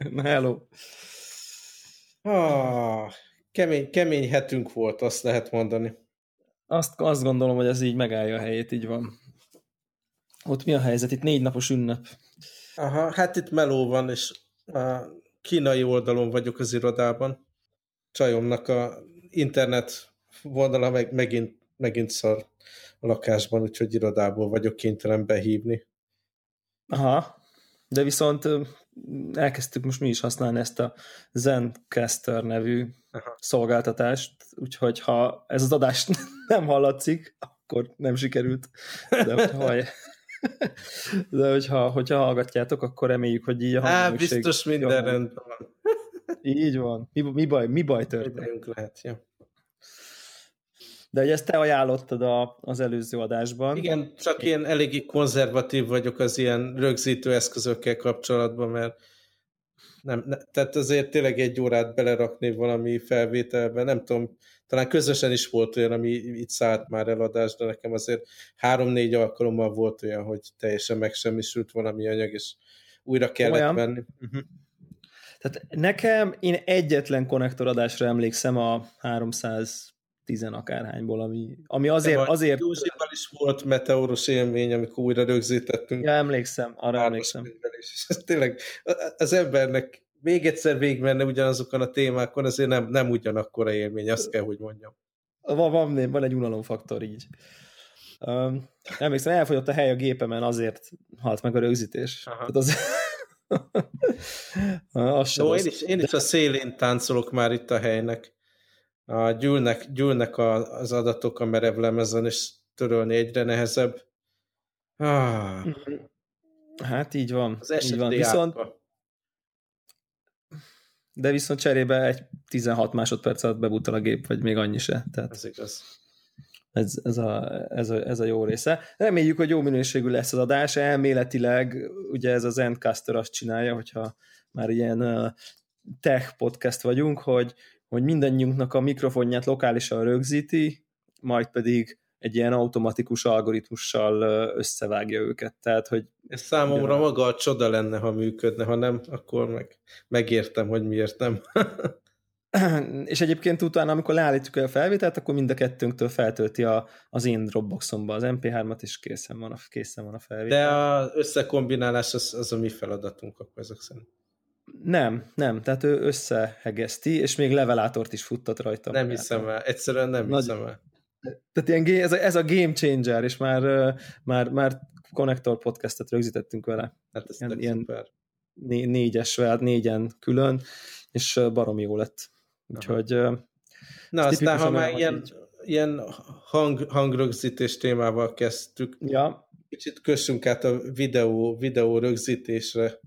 Na, hello. Kemény hetünk volt, azt lehet mondani. Azt gondolom, hogy ez így megállja a helyét, így van. Ott mi a helyzet? Itt 4 napos ünnep. Aha, hát itt meló van, és a kínai oldalon vagyok az irodában. Csajomnak a internet vonala megint szar a lakásban, úgyhogy irodából vagyok kénytelen behívni. Aha, de viszont elkezdtük most mi is használni ezt a Zencastr nevű szolgáltatást, úgyhogy ha ez az adás nem hallatszik, akkor nem sikerült, de hogyha hallgatjátok, akkor reméljük, hogy így a hangminőség... Biztos minden rendben van. Így van. Mi baj történt? Lehet, ja. De hogy ezt te ajánlottad az előző adásban. Igen, csak én eléggé konzervatív vagyok az ilyen rögzítő eszközökkel kapcsolatban, mert tehát azért tényleg 1 órát belerakni valami felvételbe, nem tudom, talán közösen is volt olyan, ami itt szállt már eladás, de nekem azért 3-4 alkalommal volt olyan, hogy teljesen megsemmisült valami anyag, és újra kellett venni. Tehát nekem, én egyetlen konnektoradásra emlékszem a 310 akárhányból, ami azért... Józsival is volt meteoros élmény, amikor újra rögzítettünk. Ja, emlékszem, arra emlékszem. Tényleg az embernek még egyszer végigmenne ugyanazokon a témákon, azért nem ugyanakkora élmény, azt kell, hogy mondjam. Van egy unalomfaktor így. Emlékszem, elfogyott a hely a gépemen, azért halt meg a rögzítés. Én is a szélén táncolok már itt a helynek. Gyűlnek az adatok a merev lemezen, és törölni egyre nehezebb. Hát így van. Az így van. De viszont cserébe egy 16 másodperc alatt bebuttal a gép, vagy még annyi se. Tehát ez igaz. Ez a jó része. Reméljük, hogy jó minőségű lesz az adás. Elméletileg ugye ez a Zencastr azt csinálja, hogyha már ilyen tech podcast vagyunk, hogy mindannyiunknak a mikrofonját lokálisan rögzíti, majd pedig egy ilyen automatikus algoritmussal összevágja őket. Tehát, hogy ez számomra maga a csoda lenne, ha működne, ha nem, akkor megértem, hogy miért nem. És egyébként utána, amikor leállítjuk a felvételt, akkor mind a kettőnktől feltölti az én Dropboxomba az MP3-at, és készen van a felvétel. De az összekombinálás az a mi feladatunk akkor ezek szerint. Nem, tehát ő összehegeszti, és még levelátort is futtat rajta. Nem hiszem el, egyszerűen nem hiszem el. Tehát ez a game changer, és már Connector podcastet rögzítettünk vele. Hát ez ilyen szuper. 4-en külön, és baromi jó lett. Úgyhogy... Na, aztán ha már ilyen hangrögzítés témával kezdtük, kicsit kössünk át a videó rögzítésre.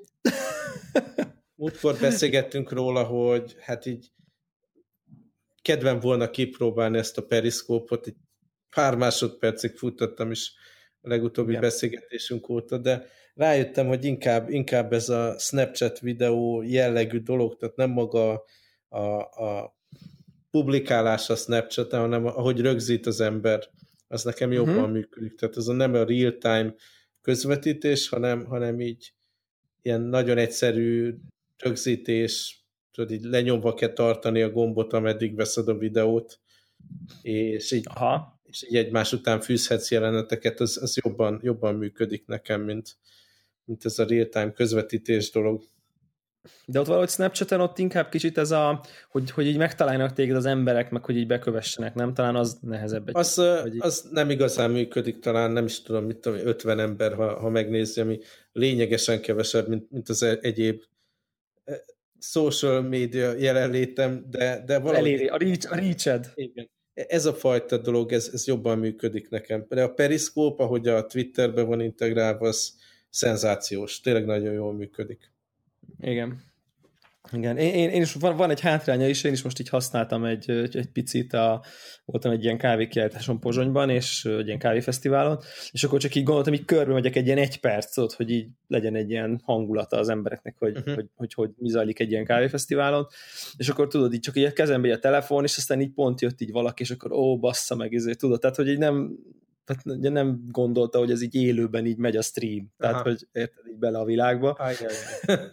Múltkor beszélgettünk róla, hogy hát így kedvem volna kipróbálni ezt a periszkópot, egy pár másodpercig futtattam is a legutóbbi beszélgetésünk óta, de rájöttem, hogy inkább ez a Snapchat videó jellegű dolog, tehát nem maga a publikálás a Snapchat-en, hanem ahogy rögzít az ember, az nekem jobban működik. Tehát ez nem a real-time közvetítés, hanem így ilyen nagyon egyszerű rögzítés, tudod, így lenyomva kell tartani a gombot, ameddig veszed a videót, és így egymás után fűzhetsz jeleneteket, az jobban működik nekem, mint ez a real-time közvetítés dolog. De ott valahogy Snapchaten ott inkább kicsit ez hogy így megtalálnak téged az emberek, meg hogy így bekövessenek, nem? Talán az nehezebb. Az nem igazán működik, talán nem is tudom, 50 ember, ha megnézi, ami lényegesen kevesebb, mint az egyéb social media jelenlétem, de valahogy... Eléri, a reach-ed. Igen. Ez a fajta dolog, ez jobban működik nekem. De a Periscope, ahogy a Twitterben van integrálva, az szenzációs. Tényleg nagyon jól működik. Igen. Én is van egy hátránya is, én is most így használtam egy picit, voltam egy ilyen kávékiállításon Pozsonyban, és egy ilyen kávéfesztiválon, és akkor csak így gondoltam, így körbe megyek egy ilyen 1 percot, hogy így legyen egy ilyen hangulata az embereknek, hogy mi zajlik egy ilyen kávéfesztiválon, és akkor tudod, így csak így a kezembe a telefon, és aztán így pont jött így valaki, és akkor bassza meg, tudod, tehát hogy így nem gondolta, hogy ez így élőben így megy a stream, tehát hogy érted így bele a világba.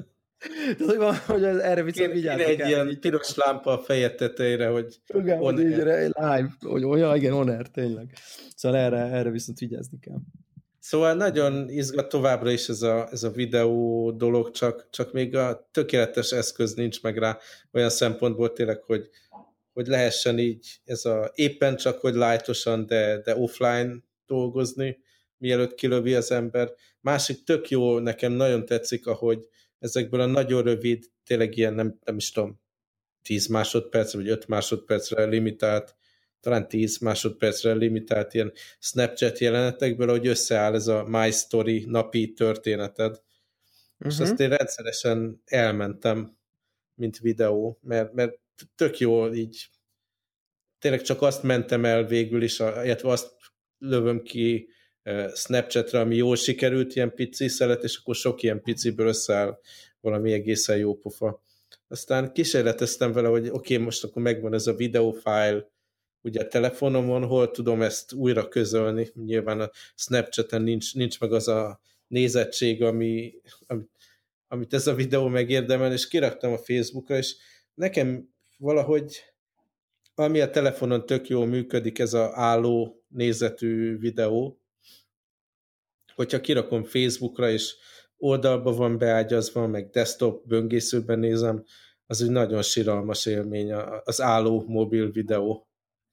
Tehát, hogy erre viszont vigyázni egy kell. ilyen piros lámpa a fejed tetejére, hogy igen, hogy így live, hogy olyan, igen, on air, tényleg. Szóval erre viszont vigyázni kell. Szóval nagyon izgat továbbra is ez a videó dolog, csak még a tökéletes eszköz nincs meg rá, olyan szempontból tényleg, hogy lehessen így éppen csak, hogy lightosan, de offline dolgozni, mielőtt kilövi az ember. Másik tök jó, nekem nagyon tetszik, ahogy ezekből a nagyon rövid, tényleg ilyen nem is tudom, 10 másodpercre, vagy 5 másodpercre limitált, talán 10 másodpercre limitált ilyen Snapchat jelenetekből, hogy összeáll ez a My Story napi történeted. És azt én rendszeresen elmentem, mint videó, mert tök jó így tényleg csak azt mentem el végül is, illetve azt lövöm ki Snapchatre, ami jól sikerült, ilyen pici szelet, és akkor sok ilyen piciből összeáll valami egészen jó pofa. Aztán kísérleteztem vele, hogy oké, most akkor megvan ez a videófájl, ugye a telefonomon, hol tudom ezt újra közölni, nyilván a Snapchaten nincs meg az a nézettség, amit ez a videó megérdemel, és kiraktam a Facebookra, és nekem valahogy ami a telefonon tök jól működik, ez az álló nézetű videó, hogyha kirakom Facebookra, és oldalba van beágyazva, meg desktop böngészőben nézem, az egy nagyon siralmas élmény, az álló mobil videó.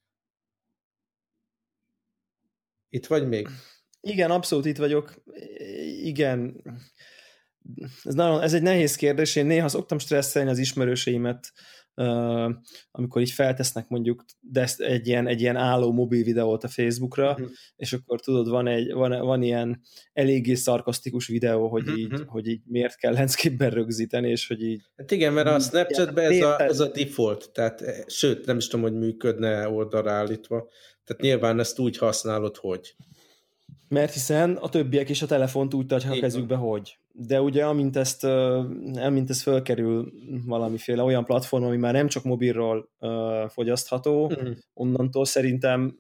Itt vagy még? Igen, abszolút itt vagyok. Igen. Ez egy nehéz kérdés. Én néha szoktam stresszelni az ismerőseimet, amikor így feltesznek mondjuk egy ilyen álló mobil videót a Facebookra, és akkor tudod, van ilyen eléggé szarkasztikus videó, hogy így miért kell landscape-ben rögzíteni, és hogy így... Hát igen, mert a Snapchatben ez a default, tehát sőt, nem is tudom, hogy működne oldalra állítva, tehát nyilván ezt úgy használod, hogy... Mert hiszen a többiek is a telefont úgy tartják a kezükbe, hogy. De ugye amint ez fölkerül valamiféle olyan platform, ami már nem csak mobilról fogyasztható, onnantól szerintem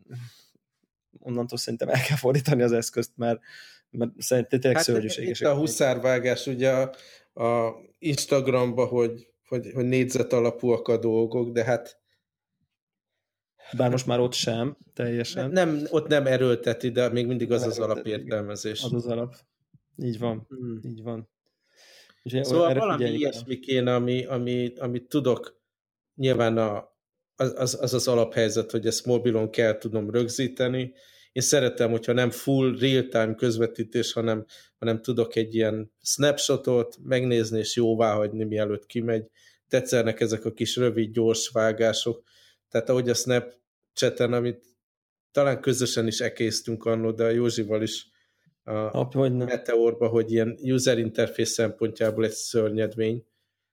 el kell fordítani az eszközt, mert szerintem tényleg szörnyűséges. Itt a huszárvágás ugye a Instagramban, hogy négyzet alapúak a dolgok, de hát bár most már ott sem teljesen. Ott nem erőlteti, de még mindig az alapértelmezés. Az alap. Így van. Így van. És szóval valami ilyesmi kéne, amit tudok, nyilván az alaphelyzet, hogy ezt mobilon kell tudnom rögzíteni. Én szeretem, hogyha nem full real-time közvetítés, hanem tudok egy ilyen snapshotot megnézni és jóváhagyni, mielőtt kimegy. Tetszenek ezek a kis rövid, gyors vágások. Tehát ahogy a Snapchaten, amit talán közösen is ekésztünk annó, de a Józsival is a Meteorba, hogy ilyen user interface szempontjából egy szörnyedvény.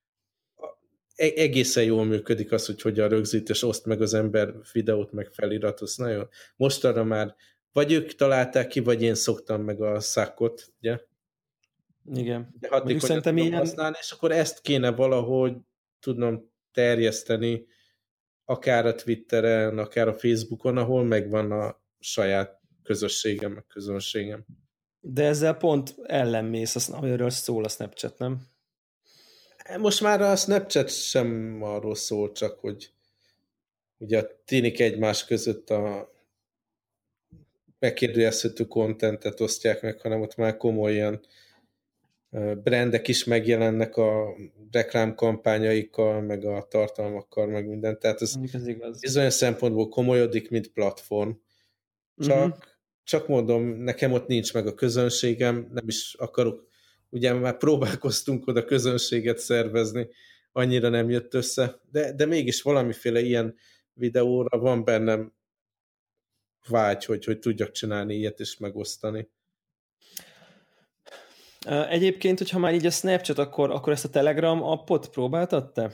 Egészen jól működik az, hogy hogyan rögzít, és oszt meg az ember videót, meg feliratot. Nagyon. Mostanra már vagy ők találták ki, vagy én szoktam meg a szakot, ugye? Igen. De hatékonyan tudom használni, és akkor ezt kéne valahogy tudnom terjeszteni, akár a Twitteren, akár a Facebookon, ahol megvan a saját közösségem, meg közönségem. De ezzel pont ellenmész, amiről szól a Snapchat, nem? Most már a Snapchat sem arról szól, csak hogy ugye a ténik egymás között a megkérdőjelezhető contentet osztják meg, hanem ott már komoly ilyen brandek is megjelennek a reklámkampányaikkal, meg a tartalmakkal, meg minden. Tehát ez olyan szempontból komolyodik, mint platform. Csak mondom, nekem ott nincs meg a közönségem, nem is akarok, ugye már próbálkoztunk oda közönséget szervezni, annyira nem jött össze, de mégis valamiféle ilyen videóra van bennem vágy, hogy tudjak csinálni ilyet és megosztani. Egyébként, hogyha már így a Snapchat, akkor ezt a Telegram appot próbáltad te?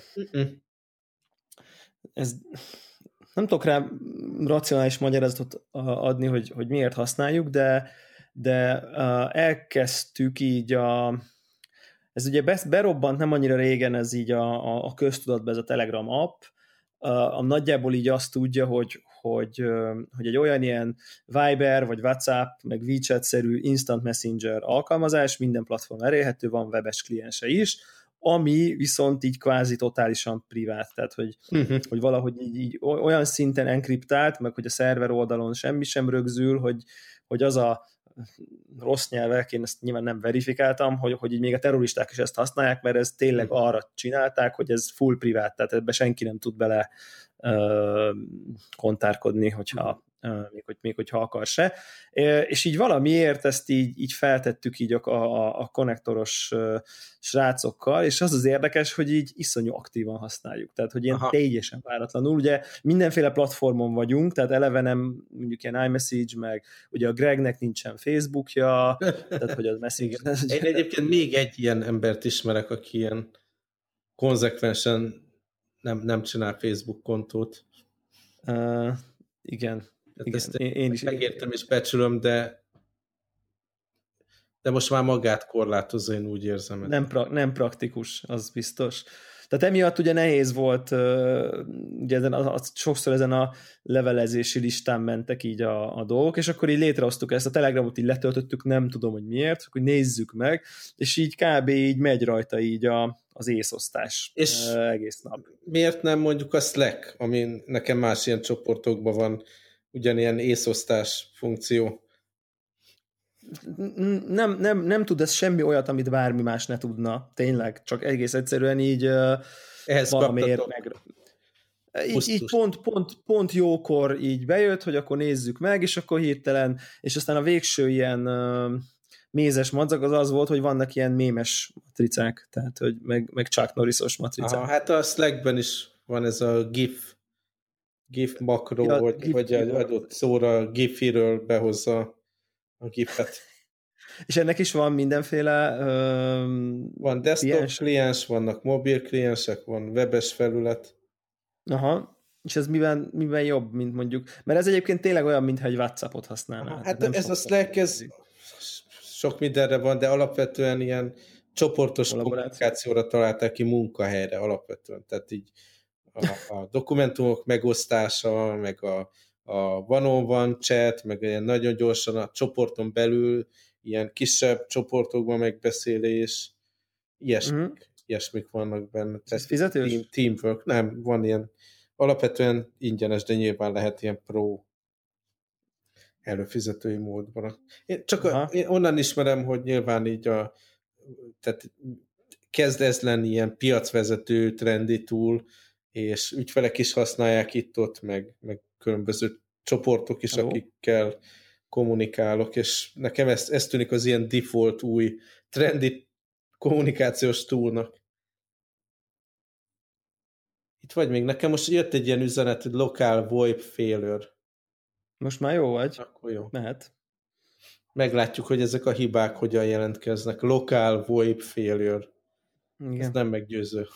Ez... Nem tudok rá racionális magyarázatot adni, hogy miért használjuk, de elkezdtük így ez ugye berobbant nem annyira régen, ez így a köztudatban, ez a Telegram app, nagyjából így azt tudja, hogy egy olyan ilyen Viber, vagy WhatsApp, meg WeChat-szerű instant messenger alkalmazás, minden platform elérhető, van webes kliense is, ami viszont így kvázi totálisan privát, tehát hogy valahogy így olyan szinten enkriptált, meg hogy a szerver oldalon semmi sem rögzül, hogy az a rossz nyelvek, én ezt nyilván nem verifikáltam, hogy így még a terroristák is ezt használják, mert ez tényleg arra csinálták, hogy ez full privát, tehát ebbe senki nem tud bele kontárkodni, még hogyha akar se. És így valamiért ezt így feltettük így a konnektoros srácokkal, és az érdekes, hogy így iszonyú aktívan használjuk. Tehát, hogy ilyen teljesen váratlanul. Ugye mindenféle platformon vagyunk, tehát eleve nem mondjuk ilyen iMessage, meg ugye a Gregnek nincsen Facebookja, tehát hogy az Messenger. Én egyébként még egy ilyen embert ismerek, aki ilyen konzekvensen nem csinál Facebook kontót. Igen. Ezt én is megértem és becsülöm, de most már magát korlátozza, én úgy érzem. Nem praktikus, az biztos. Tehát emiatt ugye nehéz volt, ugye sokszor ezen a levelezési listán mentek így a dolgok, és akkor így létrehoztuk ezt, a Telegramot így letöltöttük, nem tudom, hogy miért, akkor nézzük meg, és így kb. Így megy rajta így az észosztás és egész nap. Miért nem mondjuk a Slack, ami nekem más ilyen csoportokban van, ugyanilyen észosztás funkció? Nem tud ez semmi olyat, amit bármi más ne tudna, tényleg, csak egész egyszerűen így valamiért meg... Így pont jókor így bejött, hogy akkor nézzük meg, és akkor hirtelen, és aztán a végső ilyen mézes madzag az volt, hogy vannak ilyen mémes matricák, tehát hogy meg Chuck Norris-os matricák. Hát a Slackben is van ez a GIF makro, vagy adott szóra GIF-iről behozza a GIF-et. És ennek is van mindenféle van desktop kliens, vannak mobil kliensek, van webes felület. Aha, és ez miben jobb, mint mondjuk, mert ez egyébként tényleg olyan, mintha egy WhatsAppot használnál. Hát ez a Slack, ez sok mindenre van, de alapvetően ilyen csoportos kommunikációra találták ki munkahelyre alapvetően. Tehát így a dokumentumok megosztása, meg a one-on-one chat, meg ilyen nagyon gyorsan a csoporton belül ilyen kisebb csoportokban megbeszélés, ilyesmik vannak benne. Ez fizetős? Teamwork, nem, van ilyen alapvetően ingyenes, de nyilván lehet ilyen pro előfizetői módban. Én onnan ismerem, hogy nyilván így tehát kezd ez lenni ilyen piacvezető trendi tool, és ügyfelek is használják itt-ott, meg különböző csoportok is, akikkel kommunikálok, és nekem ez tűnik az ilyen default új trendi kommunikációs toolnak. Itt vagy még, nekem most jött egy ilyen üzenet, hogy local VoIP failure. Most már jó vagy? Akkor jó. Mehet. Meglátjuk, hogy ezek a hibák hogyan jelentkeznek. Local VoIP failure. Igen. Ez nem meggyőző.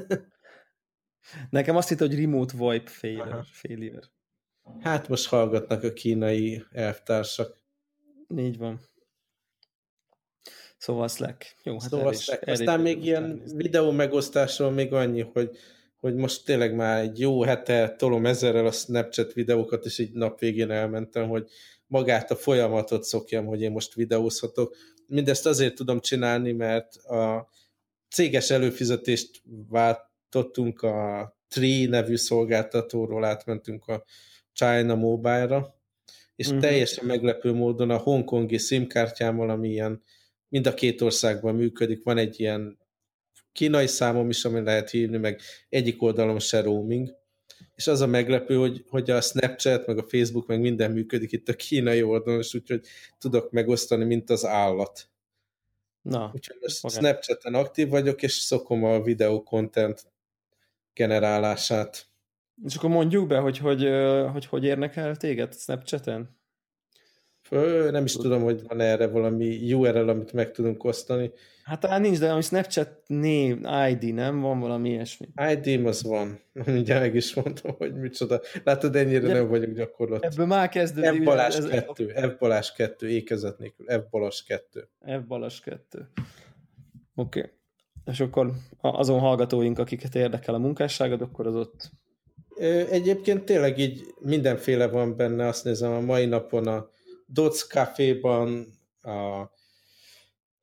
Nekem azt hitt, hogy remote VoIP failure. Hát most hallgatnak a kínai elvtársak. Így van. Szóval Slack. Jó, hát szóval Slack. Aztán még ilyen videó megosztásról még annyi, hogy most tényleg már egy jó hete tolom ezerrel a Snapchat videókat, és így nap végén elmentem, hogy magát a folyamatot szokjam, hogy én most videózhatok. Mindezt azért tudom csinálni, mert a céges előfizetést váltottunk a Tree nevű szolgáltatóról, átmentünk a China Mobile-ra, és teljesen meglepő módon a hongkongi SIM-kártyámmal, ami ilyen mind a két országban működik, van egy ilyen kínai számom is, ami lehet hívni, meg egyik oldalon se roaming, és az a meglepő, hogy a Snapchat, meg a Facebook, meg minden működik itt a kínai oldalon, és úgyhogy tudok megosztani, mint az állat. Na, úgyhogy Snapchaten aktív vagyok, és szokom a videó content generálását. És akkor mondjuk be, hogy érnek el téged Snapchaten? Nem is tudom, hogy van erre valami URL, amit meg tudunk osztani. Hát talán nincs, de ami Snapchat név, ID, nem? Van valami ilyesmi. ID-m az van. Mindjárt meg is mondom, hogy micsoda. Látod, ennyire nem vagyok gyakorlott. Ebből már kezdődik. F Balázs 2, F Balázs 2, ékezet nélkül. F Balázs 2. F Balázs 2. Oké. És akkor azon hallgatóink, akiket érdekel a munkásságod, akkor az ott... Egyébként tényleg így mindenféle van benne, azt nézem a mai napon a Dots Caféban, a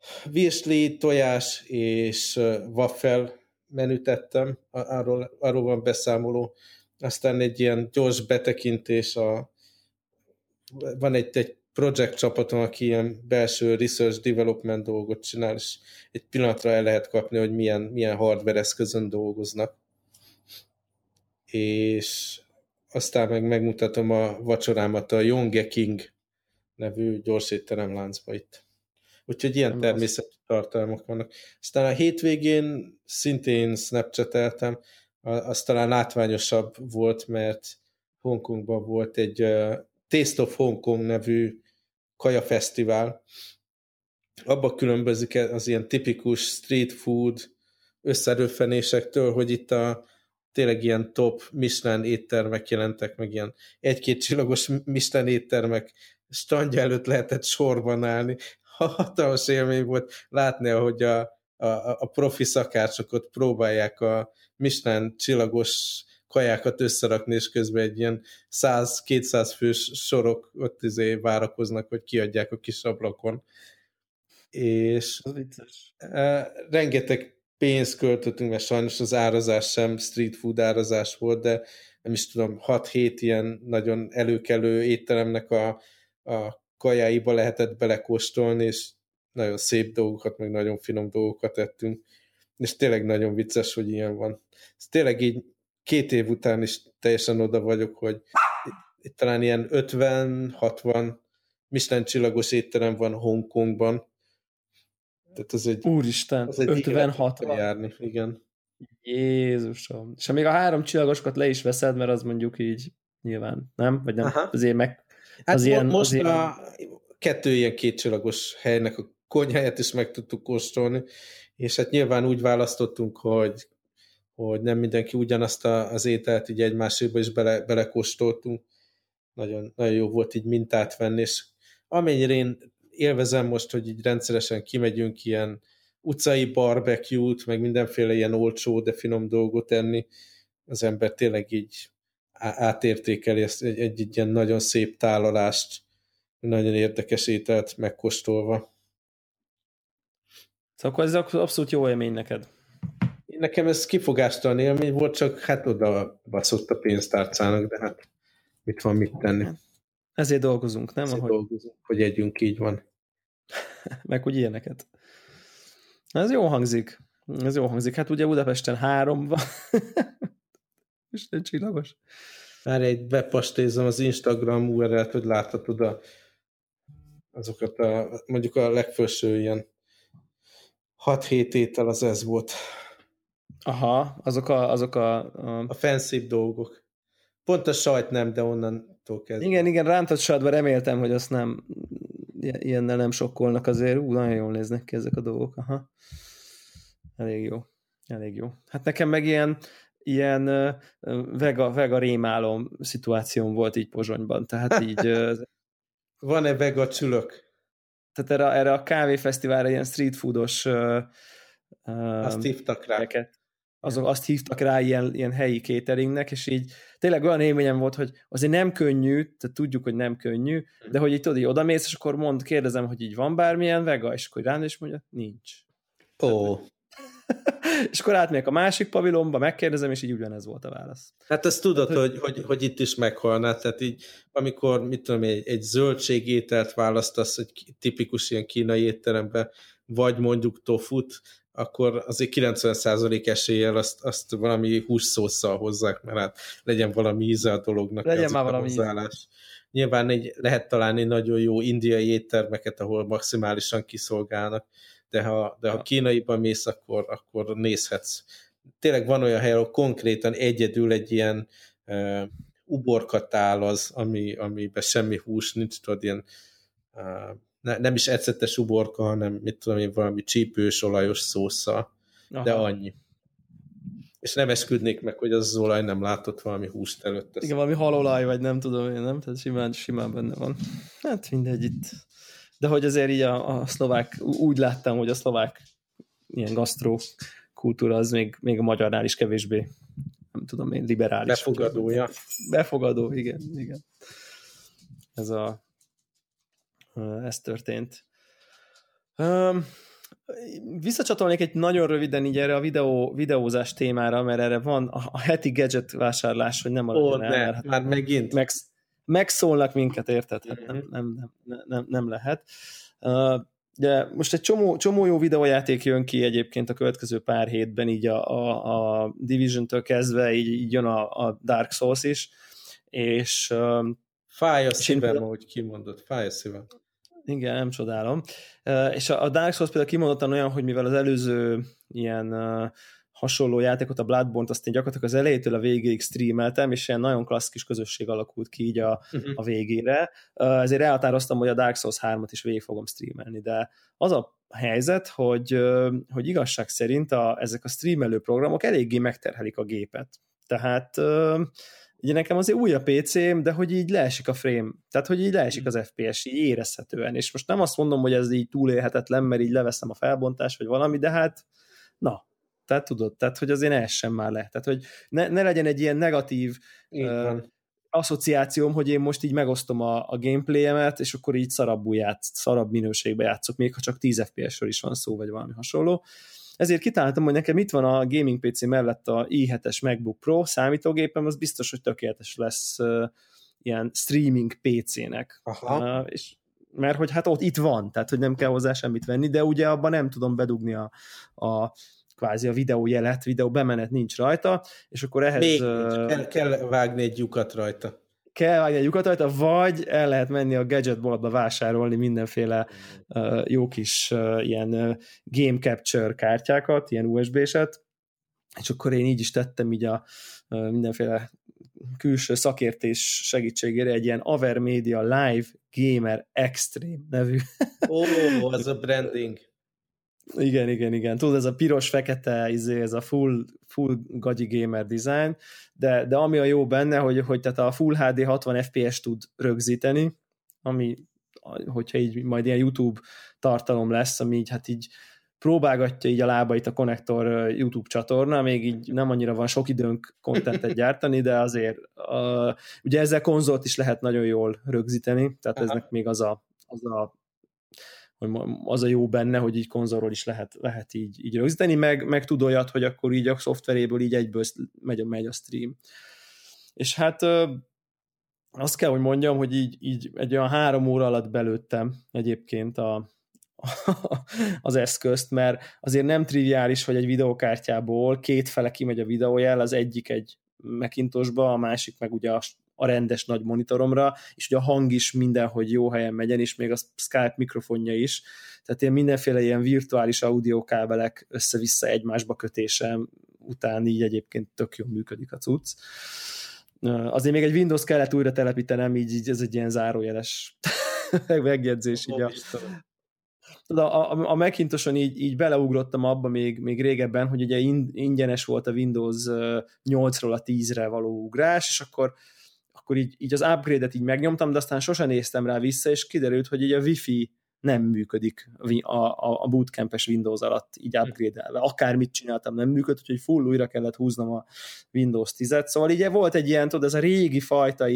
virsli, tojás és waffle menüt ettem, arról van beszámoló. Aztán egy ilyen gyors betekintés, van egy projekt csapatom, aki ilyen belső research development dolgot csinál, és egy pillanatra el lehet kapni, hogy milyen hardware eszközön dolgoznak. És aztán megmutatom a vacsorámat a Yonge King nevű gyorsétteremláncba itt. Úgyhogy ilyen természetű tartalmak vannak. Aztán a hétvégén szintén Snapchateltem, az talán látványosabb volt, mert Hongkongban volt egy Taste of Hong Kong nevű kajafesztivál. Abba különbözik az ilyen tipikus street food összerőfenésektől, hogy itt tényleg ilyen top Michelin éttermek jelentek, meg ilyen 1-2 csillagos Michelin éttermek standja előtt lehetett sorban állni. Hatalmas élmény volt látni, ahogy a profi szakácsokat próbálják a Michelin csillagos kajákat összerakni, és közben egy ilyen 100-200 fős sorok ott várakoznak, hogy kiadják a kis ablakon. És rengeteg pénzt költöttünk, mert sajnos az árazás sem street food árazás volt, de nem is tudom, 6-7 ilyen nagyon előkelő étteremnek a kajáiba lehetett belekóstolni, és nagyon szép dolgokat, meg nagyon finom dolgokat ettünk. És tényleg nagyon vicces, hogy ilyen van. Ez tényleg így 2 év után is teljesen oda vagyok, hogy itt talán ilyen 50-60 Michelin csillagos étterem van Hongkongban. Tehát az egy... Úristen, 50-60 járni, igen. Jézusom. És ha még a 3 csillagosokat le is veszed, mert az mondjuk így nyilván, nem? Vagy nem? Aha. Azért meg... Hát ilyen, most a 2 ilyen 2 csillagos helynek a konyháját is meg tudtuk kóstolni, és hát nyilván úgy választottunk, hogy nem mindenki ugyanazt az ételt így egymáséba is belekóstoltunk. Nagyon, nagyon jó volt így mintát venni, és amennyire én élvezem most, hogy így rendszeresen kimegyünk ilyen utcai barbecue-t, meg mindenféle ilyen olcsó, de finom dolgot enni, az ember tényleg így átértékeli ezt egy ilyen nagyon szép tálalást, nagyon érdekes ételt megkóstolva. Szóval ez abszolút jó élmény neked. Nekem ez kifogástalan élmény volt, csak hát oda baszott a pénztárcának, de hát mit van mit tenni. Ezért dolgozunk, nem? Ezért dolgozunk, hogy együnk, így van. Meg hogy ilyeneket. Ez jó hangzik. Ez jó hangzik. Hát ugye Budapesten 3 van. Isten csillagos. Már egy bepastézom az Instagram URL-t, hogy láthatod azokat mondjuk a legfelső ilyen 6-7 étel az ez volt. Aha, azok a fancy dolgok. Pont a sajt nem, de onnantól kezdve. Igen, rántott sajtban reméltem, hogy azt nem ilyennel nem sokkolnak azért. Nagyon jól néznek ki ezek a dolgok. Aha. Elég jó. Hát nekem meg ilyen vega rémálom szituációm volt így Pozsonyban. Tehát így... Van-e vega csülök? Tehát erre a kávéfesztiválra ilyen street foodos azt hívtak rá. Azt hívtak rá ilyen helyi cateringnek, és így tényleg olyan élményem volt, hogy azért nem könnyű, tehát tudjuk, hogy nem könnyű, de hogy így tudod, így odamész, és akkor kérdezem, hogy így van bármilyen vega, és akkor rám is mondja, nincs. És akkor átmegyek a másik pavilonba, megkérdezem, és így ugyanez volt a válasz. Hát ezt tudod, hogy itt is meghalnál, tehát így amikor, mit tudom, egy zöldségételt választasz egy tipikus ilyen kínai étteremben, vagy mondjuk tofut, akkor azért 90% eséllyel azt valami hússzósszal hozzák, mert hát legyen valami íze a dolognak. Legyen már valami hozzáállás. Nyilván lehet találni nagyon jó indiai éttermeket, ahol maximálisan kiszolgálnak, de ha kínaiban mész, akkor nézhetsz. Tényleg van olyan hely, ahol konkrétan egyedül egy ilyen uborkatál az, amiben semmi hús nincs, tudod, ilyen nem is ecetes uborka, hanem mit tudom én, valami csípős, olajos szósszal, de annyi. És nem esküdnék meg, hogy az olaj nem látott valami húst előtte. Igen, valami halolaj, vagy nem tudom én, nem? Tehát simán benne van. Hát mindegy itt. De hogy azért így a szlovák, úgy láttam, hogy a szlovák ilyen gasztró kultúra az még a magyarnál is kevésbé, nem tudom én, liberális. Befogadója. Befogadó, igen. Ez történt. Visszacsatolnék egy nagyon röviden így erre a videózás témára, mert erre van a heti gadget vásárlás, hogy nem maradjon el, mert már megint. Megszólnak minket, érted? Hát nem lehet. De most egy csomó jó videójáték jön ki egyébként a következő pár hétben, így a Division-től kezdve, így jön a Dark Souls is, és fáj a szívem, ahogy kimondod, fáj a szívem. Igen, nem csodálom. És a Dark Souls például kimondottan olyan, hogy mivel az előző ilyen hasonló játékot, a Bloodborne-t azt én gyakorlatilag az elejétől a végéig streameltem, és ilyen nagyon klassz kis közösség alakult ki így a végére. Ezért elhatároztam, hogy a Dark Souls 3-at is végig fogom streamelni, de az a helyzet, hogy igazság szerint ezek a streamelő programok eléggé megterhelik a gépet. Tehát ugye nekem azért új a PC-m, de hogy így leesik a frame, tehát hogy így leesik az FPS, így érezhetően, és most nem azt mondom, hogy ez így túlélhetetlen, mert így leveszem a felbontást, vagy valami, de hát na, tehát tudod, tehát hogy azért ne essen már le, tehát hogy ne legyen egy ilyen negatív asszociációm, hogy én most így megosztom a gameplay-emet, és akkor így szarabb minőségbe játszok, még ha csak 10 FPS-ről is van szó, vagy valami hasonló. Ezért kitáltam, hogy nekem itt van a gaming PC mellett a i7-es MacBook Pro számítógépem, az biztos, hogy tökéletes lesz ilyen streaming PC-nek. És mert hogy hát ott itt van, tehát hogy nem kell hozzá semmit venni, de ugye abban nem tudom bedugni kvázi a videójelet, videó bemenet nincs rajta, és akkor ehhez... Még kell vágni egy lyukat rajta. Kell vágni egy lyukat rajta, vagy el lehet menni a gadgetboltba vásárolni mindenféle jó kis ilyen game capture kártyákat, ilyen USB-set, és akkor én így is tettem így a mindenféle külső szakértés segítségére egy ilyen Avermedia Live Gamer Extreme nevű. Az a branding. Igen. Tudod, ez a piros-fekete, ez a full gagyi gamer design, de ami a jó benne, hogy tehát a Full HD 60 FPS tud rögzíteni, ami, hogyha így majd ilyen YouTube tartalom lesz, ami így, hát így próbálgatja így a lábait a Konnektor YouTube csatorna, még így nem annyira van sok időnk contentet gyártani, de azért ugye ezzel konzolt is lehet nagyon jól rögzíteni, tehát eznek még az a jó benne, hogy így konzolról is lehet így rögzíteni, meg tud olyat, hogy akkor így a szoftveréből így egyből megy a stream. És hát azt kell, hogy mondjam, hogy így egy olyan 3 óra alatt belőttem egyébként az eszközt, mert azért nem triviális, hogy egy videókártyából 2 fele kimegy a videójel, az egyik egy Macintosba, a másik meg ugye a rendes nagy monitoromra, és ugye a hang is mindenhogy jó helyen megyen, és még a Skype mikrofonja is, tehát ilyen mindenféle ilyen virtuális audiókábelek össze-vissza egymásba kötésem után így egyébként tök jól működik a cucc. Azért még egy Windows kellett újra telepítenem, így ez egy ilyen zárójeles megjegyzés. A Macintoson így beleugrottam abba még régebben, hogy ugye ingyenes volt a Windows 8-ról a 10-re való ugrás, és akkor így az upgrade-et így megnyomtam, de aztán sosem néztem rá vissza, és kiderült, hogy így a Wi-Fi nem működik a bootcamp-es Windows alatt, így upgrade-elve. Akármit csináltam, nem működött, úgyhogy full újra kellett húznom a Windows 10-et. Szóval így volt egy ilyen, tudod, ez a régi fajta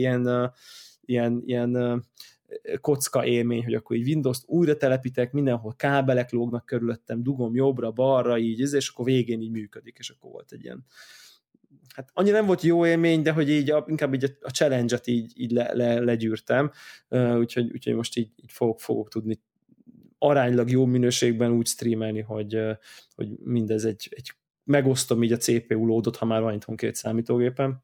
ilyen kocka élmény, hogy akkor így Windows-t újra telepítek, mindenhol kábelek lógnak körülöttem, dugom jobbra, balra, így, és akkor végén így működik, és akkor volt egy ilyen, hát annyira nem volt jó élmény, de hogy így inkább így a challenge-et így legyűrtem, úgyhogy most így fogok tudni aránylag jó minőségben úgy streamelni, hogy mindez egy megosztom így a CPU loadot, ha már van itthon 2 számítógépem.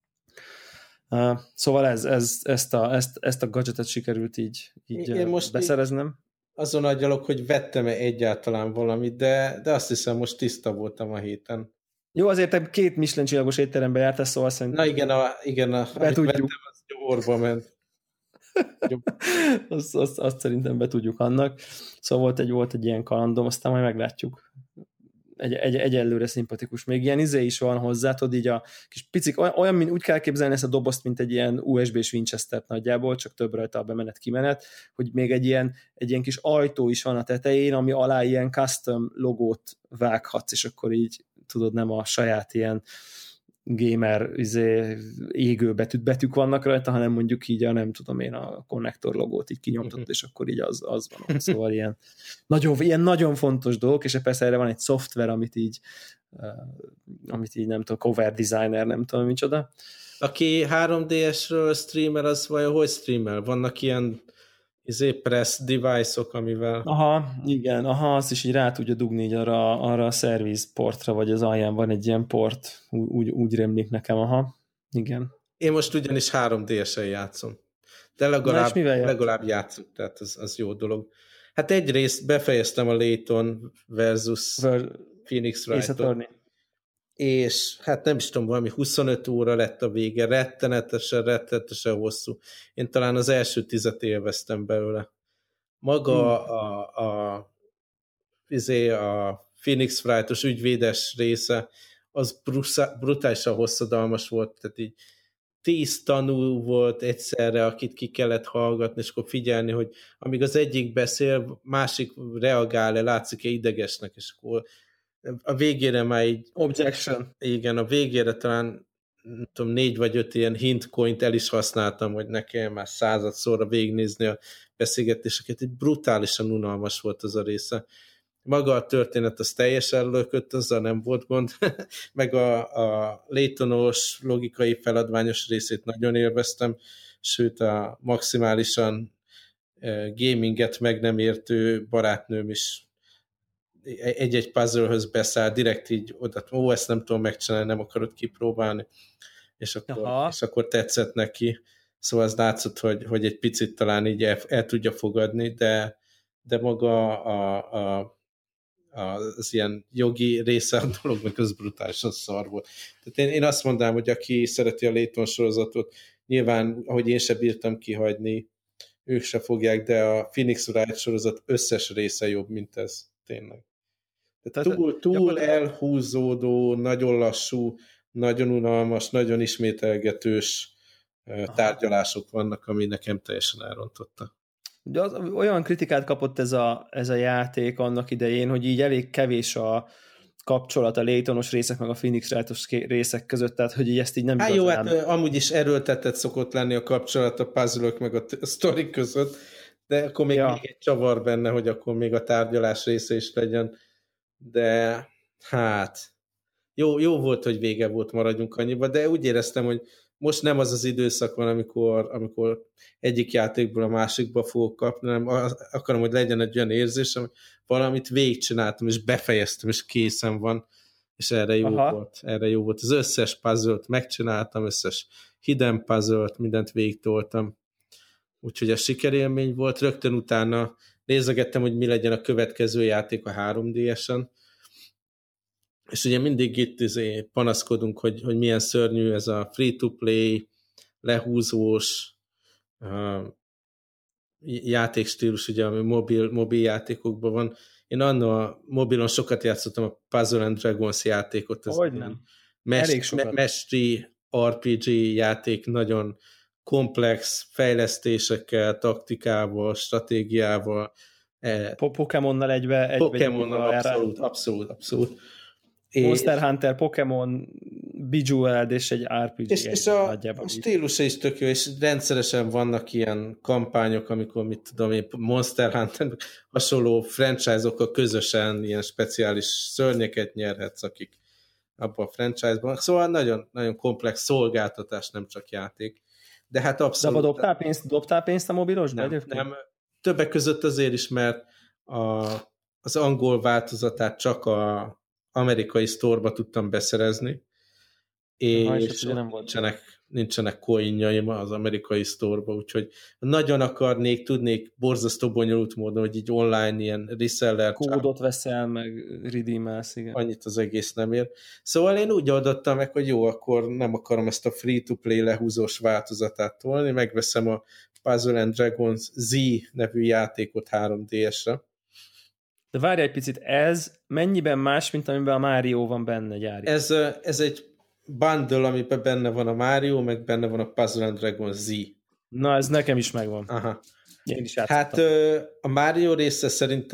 Szóval ezt a gadgetet sikerült így most beszereznem. Azon agyalok, hogy vettem-e egyáltalán valamit, de azt hiszem, most tiszta voltam a héten. Jó, azért te 2 Michelin csillagos étterembe jártál, szóval szerintem... Na igen, amit vettem, az gyorba ment. azt szerintem be tudjuk annak. Szóval volt egy ilyen kalandom, aztán majd meglátjuk. Egyelőre szimpatikus. Még ilyen is van hozzá, tudod, így a kis picik, olyan, mint úgy kell képzelni ezt a dobozt, mint egy ilyen USB-s Winchester nagyjából, csak több rajta a bemenet-kimenet, hogy még egy ilyen kis ajtó is van a tetején, ami alá ilyen custom logót vághatsz, és akkor így tudod, nem a saját ilyen gamer égő betűk vannak rajta, hanem mondjuk így nem tudom én, a konnektor logót így kinyomtott, és akkor így az van ott. Szóval ilyen nagyon fontos dolgok, és persze erre van egy szoftver, amit így nem tudom, cover designer, nem tudom micsoda. Aki 3DS-ről streamer, az vajon hogy streamer? Vannak ilyen press device-ok, amivel... Igen, azt is így rá tudja dugni így arra a service portra, vagy az alján van egy ilyen port, úgy rémlik nekem, igen. Én most ugyanis 3DS-en játszom. De legalább játszom, tehát az jó dolog. Hát egyrészt befejeztem a Layton versus Phoenix Wright-ot. És hát nem is tudom, valami 25 óra lett a vége, rettenetesen hosszú. Én talán az első 10 élveztem belőle. Maga a Phoenix Wright-os ügyvédes része, az brutálisan hosszadalmas volt, tehát így 10 tanú volt egyszerre, akit ki kellett hallgatni, és akkor figyelni, hogy amíg az egyik beszél, másik reagál-e, látszik-e idegesnek, és akkor a végére már így... Objection. Igen, a végére talán nem tudom, 4 vagy 5 ilyen hint coint el is használtam, hogy ne kelljen már 100-szorra végignézni a beszélgetéseket. Egy brutálisan unalmas volt az a része. Maga a történet az teljesen lökött, azzal nem volt gond, meg a Laytonos logikai feladványos részét nagyon élveztem, sőt a maximálisan gaminget meg nem értő barátnőm is egy-egy puzzle-höz beszáll, direkt így oda, ezt nem tudom megcsinálni, nem akarod kipróbálni, és akkor tetszett neki. Szóval az látszott, hogy egy picit talán így el tudja fogadni, de maga az ilyen jogi része a dolognak az brutálisan szar volt. Tehát én azt mondanám, hogy aki szereti a Layton sorozatot, nyilván, ahogy én se bírtam kihagyni, ők se fogják, de a Phoenix Wright sorozat összes része jobb, mint ez. Tényleg. Túl elhúzódó, nagyon lassú, nagyon unalmas, nagyon ismételgetős tárgyalások vannak, ami nekem teljesen elrontotta. De olyan kritikát kapott ez a játék annak idején, hogy így elég kevés a kapcsolat a Laytonos részek meg a Phoenix Wright-os részek között, tehát hogy így ezt így nem igazán... Jó, hát amúgy is erőltetett szokott lenni a kapcsolat a puzzle-ök meg a sztorik között, de akkor még egy csavar benne, hogy akkor még a tárgyalás része is legyen, de hát jó volt, hogy vége volt, maradjunk annyiba, de úgy éreztem, hogy most nem az az időszak van, amikor egyik játékból a másikba fogok kapni, hanem akarom, hogy legyen egy olyan érzésem, hogy valamit végigcsináltam, és befejeztem, és készen van, és erre jó volt. Az összes puzzle-t megcsináltam, összes hidden puzzle-t, mindent végigtoltam. Úgyhogy a sikerélmény volt. Rögtön utána nézegettem, hogy mi legyen a következő játék a 3DS-en, és ugye mindig itt panaszkodunk, hogy milyen szörnyű ez a free-to-play, lehúzós játékstílus, ugye, ami mobil játékokban van. Én anna a mobilon sokat játszottam a Puzzle and Dragons játékot. Hogy nem? Mestri RPG játék, nagyon komplex fejlesztésekkel, taktikával, stratégiával. Pokémonnal egybe Pokémonnal abszolút. Monster Hunter, Pokémon, Bejeweled és egy RPG. És a stílusa is tök jó, és rendszeresen vannak ilyen kampányok, amikor mit tudom én, Monster Hunter, hasonló franchise-okkal közösen ilyen speciális szörnyeket nyerhetsz, akik abban a franchise-ban. Szóval nagyon, nagyon komplex szolgáltatás, nem csak játék. De hát abszolút... De dobtál pénzt a mobilosba? Nem. Többek között azért is, mert az angol változatát csak a amerikai sztorba tudtam beszerezni, és nincsenek coinjaim az amerikai sztorba, úgyhogy nagyon tudnék borzasztó bonyolult módon, hogy így online ilyen reseller kódot veszel, meg redeemelsz, igen. Annyit az egész nem ér. Szóval én úgy oldottam meg, hogy jó, akkor nem akarom ezt a free-to-play lehúzós változatát tolni, megveszem a Puzzle and Dragons Z nevű játékot 3DS-re. De várj egy picit, ez mennyiben más, mint amiben a Mario van benne gyári? Ez egy bundle, amiben benne van a Mario, meg benne van a Puzzle and Dragons Z. Na, ez nekem is megvan. Aha. Én is játszottam. Hát a Mario része szerintem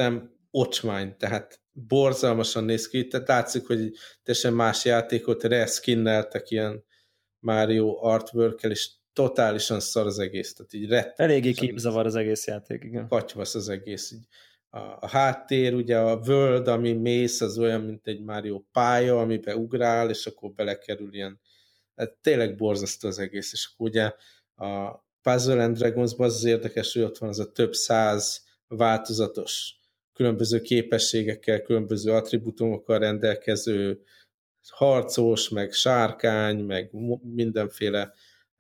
ocsmány, tehát borzalmasan néz ki, tehát látszik, hogy teljesen más játékot reskinneltek ilyen Mario artwork-el, és totálisan szar az egész, tehát így Eléggé képzavar az egész játék, igen. Katyvasz az egész. Így. A háttér, ugye a world, ami mész, az olyan, mint egy Mario pálya, amiben ugrál, és akkor belekerül ilyen, hát tényleg borzasztó az egész, és akkor ugye a Puzzle and Dragons-ban az érdekes, hogy ott van az a több száz változatos, különböző képességekkel, különböző attribútumokkal rendelkező harcos, meg sárkány, meg mindenféle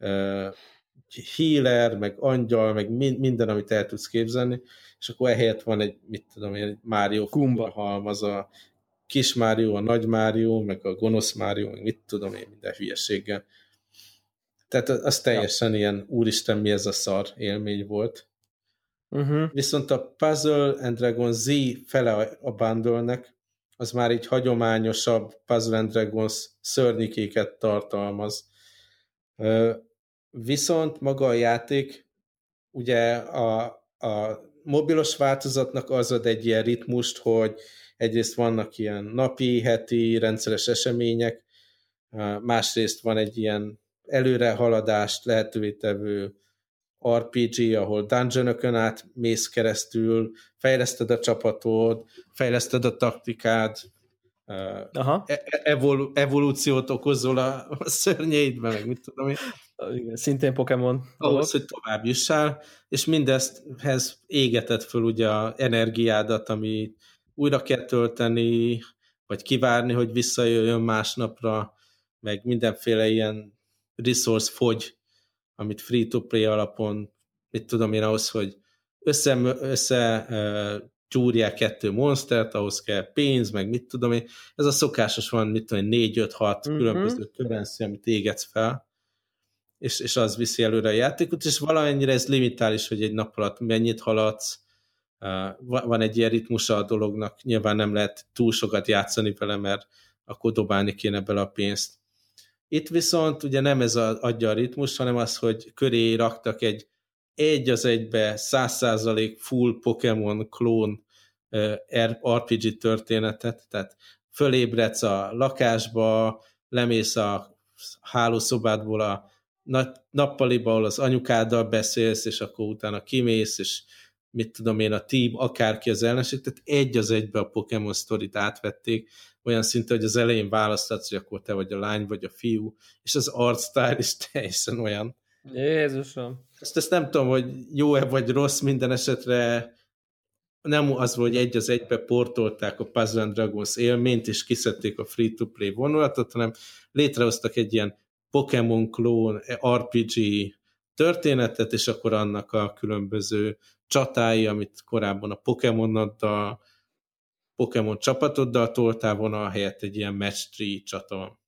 healer, meg angyal, meg minden, amit el tudsz képzelni, és akkor ehelyett van egy, mit tudom én, egy Mario halmaz, a kis Mario, a nagy Mario, meg a gonosz Mario, meg mit tudom én, minden hülyeséggel. Tehát az teljesen ilyen, úristen, mi ez a szar élmény volt. Viszont a Puzzle and Dragons Z fele a bundle-nek, az már így hagyományosabb Puzzle and Dragons szörnyikéket tartalmaz. Viszont maga a játék, ugye a mobilos változatnak az ad egy ilyen ritmust, hogy egyrészt vannak ilyen napi, heti, rendszeres események, másrészt van egy ilyen előrehaladást lehetővé tevő RPG, ahol dungeonökön át mész keresztül, fejleszted a csapatod, fejleszted a taktikád, evolúciót okozol a szörnyeidben, meg mit tudom én. Igen, szintén Pokémon. Ahhoz, hogy tovább jussál, és mindesthez égetett föl ugye az energiádat, ami újra kell tölteni, vagy kivárni, hogy visszajöjjön másnapra, meg mindenféle ilyen resource fogy, amit free-to-play alapon, mit tudom én, ahhoz, hogy gyúrják 2 monstert, ahhoz kell pénz, meg mit tudom én. Ez a szokásos van, mit tudom én, 4-5-6 különböző currency, amit égetsz fel, és az viszi előre a játékot, és valamennyire ez limitális, hogy egy nap alatt mennyit haladsz, van egy ilyen ritmusa a dolognak, nyilván nem lehet túl sokat játszani vele, mert akkor dobálni kéne bele a pénzt. Itt viszont ugye nem ez adja a ritmus, hanem az, hogy köré raktak egy az egybe 100% full Pokémon klón RPG történetet, tehát fölébredsz a lakásba, lemész a hálószobádból a nappaliba, ahol az anyukáddal beszélsz, és akkor utána kimész, és mit tudom én, a team, akárki az ellenség, tehát egy az egybe a Pokémon sztorit átvették, olyan szinte, hogy az elején választhatsz, hogy akkor te vagy a lány, vagy a fiú, és az art style is teljesen olyan. Jézusom! Ezt nem tudom, hogy jó-e vagy rossz, minden esetre nem az volt, hogy egy az egybe portolták a Puzzle and Dragons élményt, és kiszedték a free-to-play vonulatot, hanem létrehoztak egy ilyen Pokémon klón RPG történetet, és akkor annak a különböző csatái, amit korábban a Pokémon csapatoddal toltál volna, a helyett egy ilyen match 3 csata.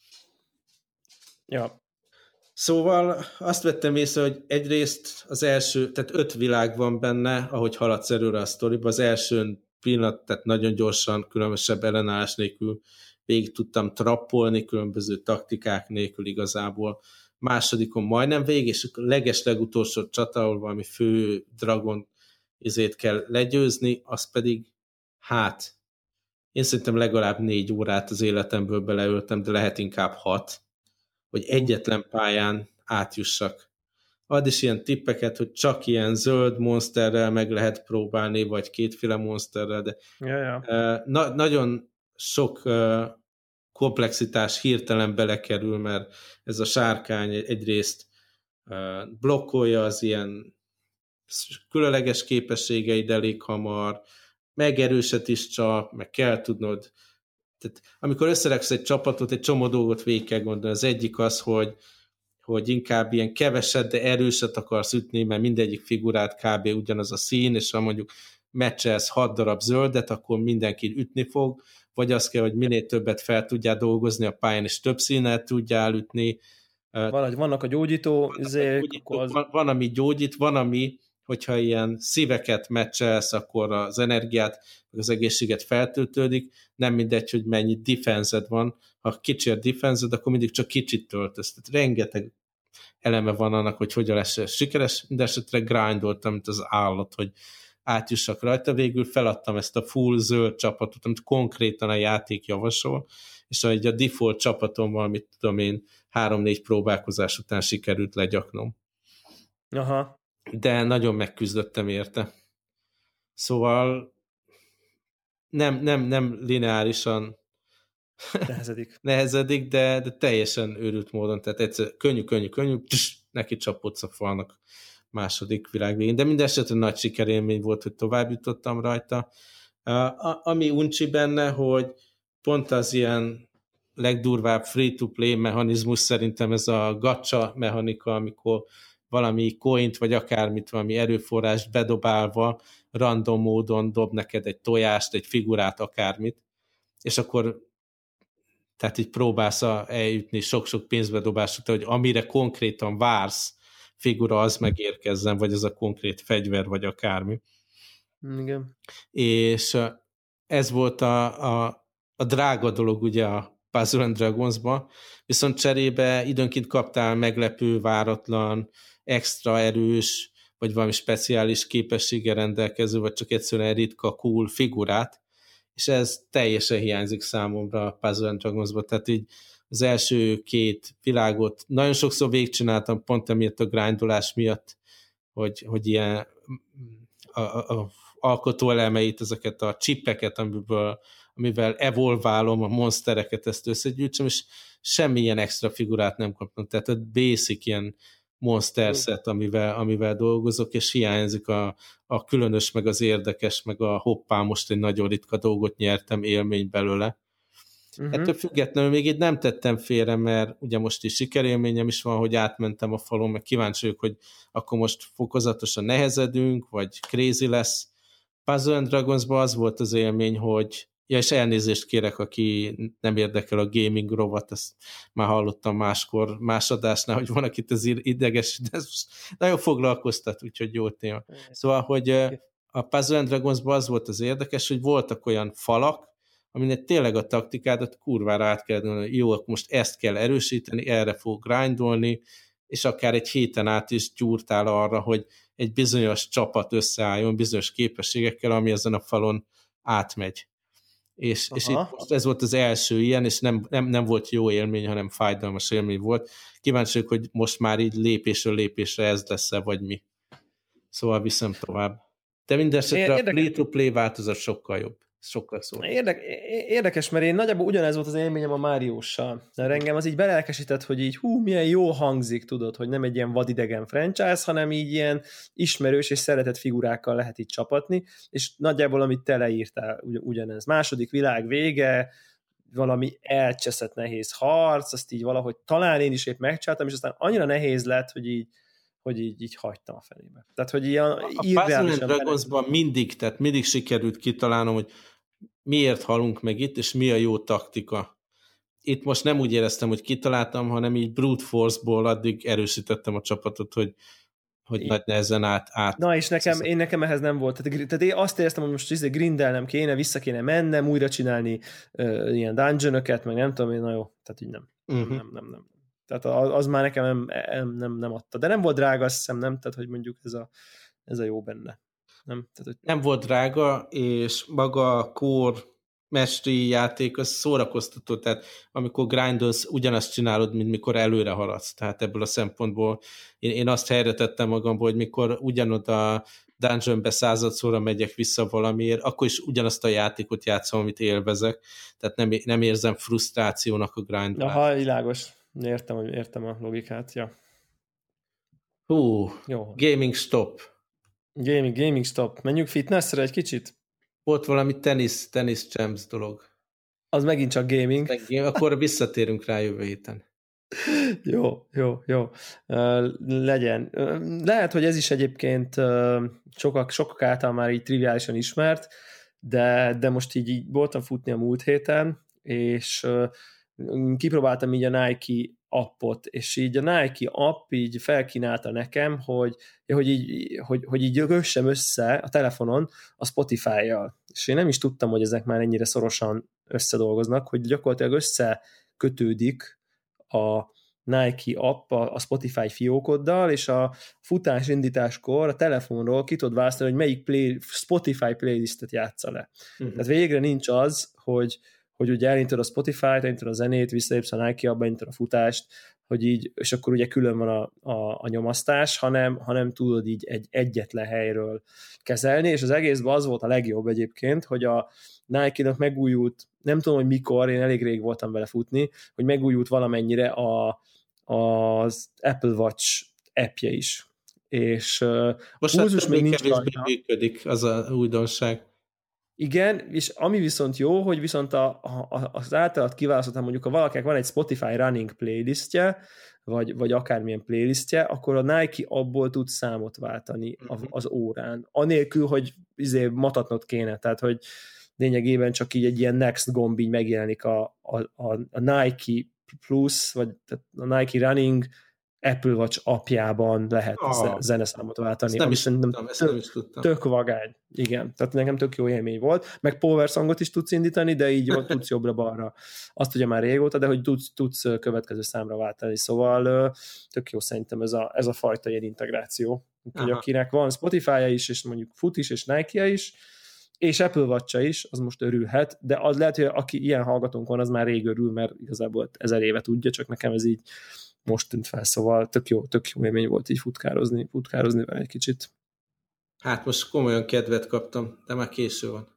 Ja. Szóval azt vettem észre, hogy egyrészt az első, tehát 5 világ van benne, ahogy haladsz előre a sztoriba, az első pillanat, tehát nagyon gyorsan, különösebb ellenállás nélkül végig tudtam trappolni, különböző taktikák nélkül igazából. Másodikon majdnem végig, és a legutolsó csata, ahol valami fő dragon kell legyőzni, az pedig én szerintem legalább 4 órát az életemből beleöltem, de lehet inkább 6, hogy egyetlen pályán átjussak. Add is ilyen tippeket, hogy csak ilyen zöld monsterrel meg lehet próbálni, vagy 2 monsterrel, de nagyon sok komplexitás hirtelen belekerül, mert ez a sárkány egyrészt blokkolja az ilyen különleges képességeid elég hamar, megerőset is csap, meg kell tudnod. Tehát, amikor összeraksz egy csapatot, egy csomó dolgot végig kell gondolni. Az egyik az, hogy inkább ilyen keveset, de erőset akarsz ütni, mert mindegyik figurát kb. Ugyanaz a szín, és ha mondjuk meccselsz 6 darab zöldet, akkor mindenki ütni fog, vagy az kell, hogy minél többet fel tudjál dolgozni a pályán, és több színnel tudjál ütni. Vannak a gyógyító, van, ami gyógyít, van, ami, hogyha ilyen szíveket meccselsz, akkor az energiát, az egészséget feltöltődik, nem mindegy, hogy mennyi defense-ed van. Ha kicsi a defense-ed, akkor mindig csak kicsit töltesz. Tehát rengeteg eleme van annak, hogy hogyan lesz sikeres, mindesetre grindoltam, mint az állat, hogy átjussak rajta. Végül feladtam ezt a full zöld csapatot, amit konkrétan a játék javasol, és a default csapatommal, mit tudom én, 3-4 próbálkozás után sikerült legyaknom. Aha. De nagyon megküzdöttem érte. Szóval nem lineárisan nehezedik, de teljesen őrült módon, tehát egyszer könnyű, neki csapódsz a falnak második világ végén, de minden esetre nagy sikerélmény volt, hogy tovább jutottam rajta. Ami uncsi benne, hogy pont az ilyen legdurvább free-to-play mechanizmus szerintem ez a gacha mechanika, amikor valami coint, vagy akármit, valami erőforrást bedobálva random módon dob neked egy tojást, egy figurát, akármit, és akkor tehát így próbálsz eljutni sok-sok pénzbedobás után, hogy amire konkrétan vársz figura, az megérkezzen, vagy az a konkrét fegyver, vagy akármi. Igen. És ez volt a drága dolog ugye a Puzzle and Dragons-ba, viszont cserébe időnként kaptál meglepő, váratlan, extra erős, vagy valami speciális képességgel rendelkező, vagy csak egyszerűen ritka, cool figurát, és ez teljesen hiányzik számomra a Puzzle and Dragons-ba, tehát így az első 2 világot nagyon sokszor végigcsináltam, pont emiatt a grindolás miatt, hogy ilyen a alkotó elemeit, ezeket a chipeket, amivel evolválom a monstereket, ezt összegyűjtsem, és semmilyen extra figurát nem kaptam, tehát a basic ilyen monster set, amivel dolgozok, és hiányzik a különös, meg az érdekes, meg a hoppá, most egy nagyon ritka dolgot nyertem élmény belőle. Ettől függetlenül még így nem tettem félre, mert ugye most is sikerélményem is van, hogy átmentem a falon, meg kíváncsi vagyok, hogy akkor most fokozatosan nehezedünk, vagy crazy lesz. Puzzle and Dragonsban az volt az élmény, hogy és elnézést kérek, aki nem érdekel a gaming rovat, ezt már hallottam máskor, más adásnál, hogy van, akit ez ideges, de ez nagyon foglalkoztat, úgyhogy jó téma. Szóval, hogy a Puzzle and Dragonsban az volt az érdekes, hogy voltak olyan falak, aminek tényleg a taktikádat kurvára át kell mondani, jó, akkor most ezt kell erősíteni, erre fog grindolni, és akár egy héten át is gyúrtál arra, hogy egy bizonyos csapat összeálljon, bizonyos képességekkel, ami ezen a falon átmegy. És itt ez volt az első ilyen, és nem volt jó élmény, hanem fájdalmas élmény volt. Kíváncsi vagyok, hogy most már így lépésről lépésre ez lesz-e, vagy mi. Szóval viszem tovább. De mindesetre a play-to-play változat sokkal jobb. Sokkal szól. Érdekes, mert én nagyjából ugyanez volt az élményem a Márióssal. Mert engem az így belelkesített, hogy így milyen jó hangzik, tudod, hogy nem egy ilyen vadidegen franchise, hanem így ilyen ismerős és szeretett figurákkal lehet így csapatni, és nagyjából amit te leírtál, ugyanez. Második világ vége, valami elcseszett nehéz harc, azt így valahogy talán én is épp megcsináltam, és aztán annyira nehéz lett, hogy így hagytam a felébe. Tehát, hogy ilyen a Puzzle and Dragonsban mindig sikerült kitalálnom, hogy miért halunk meg itt, és mi a jó taktika. Itt most nem úgy éreztem, hogy kitaláltam, hanem így brute force-ból addig erősítettem a csapatot, hogy nagy nehezen át. Na, és nekem ehhez nem volt. Tehát én azt éreztem, hogy most grindelnem kéne, vissza kéne mennem, újra csinálni ilyen dungeon-öket, meg nem tudom én, na jó, tehát így nem. Nem. Tehát az már nekem nem adta. De nem volt drága, azt hiszem, nem? Tehát, hogy mondjuk ez a jó benne. Nem? Tehát, hogy... nem volt drága, és maga a core mesteri játék az szórakoztató, tehát amikor grindolsz, ugyanazt csinálod, mint mikor előre haladsz. Tehát ebből a szempontból én azt helyre tettem magamból, hogy mikor ugyanoda dungeonbe századszorra megyek vissza valamiért, akkor is ugyanazt a játékot játszom, amit élvezek. Tehát nem érzem frusztrációnak a grindolást. Aha, világos. Értem a logikát, ja. Jó. Gaming stop. Gaming stop. Menjünk fitnessre egy kicsit? Volt valami tennis champs dolog. Az megint csak gaming. Akkor visszatérünk rá jövő héten. Jó. Legyen. Lehet, hogy ez is egyébként sokak által már így triviálisan ismert, de most így voltam futni a múlt héten, és kipróbáltam így a Nike appot, és így a Nike app így felkínálta nekem, hogy így gössem össze a telefonon a Spotify-jal. És én nem is tudtam, hogy ezek már ennyire szorosan összedolgoznak, hogy gyakorlatilag összekötődik a Nike app a Spotify fiókoddal, és a futás indításkor a telefonról ki tudod választani, hogy melyik Spotify playlistet játsza le. Tehát végre nincs az, hogy ugye elintod a Spotify-t, elintod a zenét, visszalépsz a Nike abba, elintod a futást, hogy így, és akkor ugye külön van a nyomasztás, hanem tudod így egyetlen helyről kezelni, és az egészben az volt a legjobb egyébként, hogy a Nike-nak megújult, nem tudom, hogy mikor, én elég rég voltam vele futni, hogy megújult valamennyire az Apple Watch appje is. És most hát még nincs kevésbé működik az a újdonság. Igen, és ami viszont jó, hogy viszont az általad kiválasztottam, mondjuk ha valakinek van egy Spotify running playlistje, vagy akármilyen playlistje, akkor a Nike abból tud számot váltani az órán. Anélkül, hogy matatnod kéne, tehát hogy lényegében csak így egy ilyen next gomb így megjelenik a Nike Plus, vagy a Nike Running Apple Watch appjában lehet zeneszámot váltani. Ezt nem is tudtam. Tök vagány. Igen, tehát nekem tök jó élmény volt. Meg power songot is tudsz indítani, de így tudsz jobbra-balra. Azt ugye már régóta, de hogy tudsz következő számra váltani. Szóval tök jó szerintem ez a fajta ilyen integráció. Úgyhogy akinek van Spotify-ja is, és mondjuk fut is, és Nike-ja is, és Apple Watch-a is, az most örülhet, de az lehet, hogy aki ilyen hallgatónk van, az már rég örül, mert igazából 1000 éve tudja, csak nekem ez így most tűnt fel, szóval tök jó élmény volt így futkározni vele egy kicsit. Hát most komolyan kedvet kaptam, de már késő van.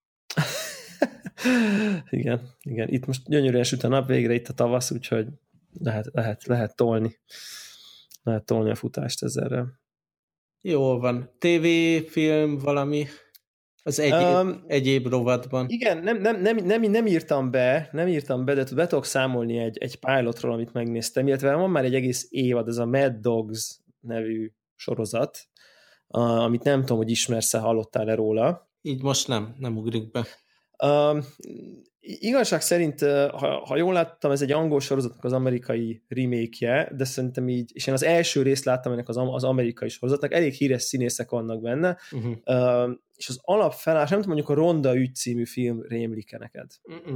igen, itt most gyönyörűen süt a nap, végre itt a tavasz, úgyhogy lehet tolni. Lehet tolni a futást ezzel. Jól van. TV, film, valami az egyéb rovatban. Igen, nem írtam be, de be tudok számolni egy pilotról, amit megnéztem, illetve van már egy egész évad, ez a Mad Dogs nevű sorozat, amit nem tudom, hogy ismersz-e, hallottál-e róla. Így most nem ugrik be. Igazság szerint, ha jól láttam, ez egy angol sorozatnak az amerikai remake-je, de szerintem így, és én az első részt láttam ennek az amerikai sorozatnak, elég híres színészek vannak benne, és az alapfelállás, nem tudom, mondjuk a Ronda ügy című film rémlik-e neked?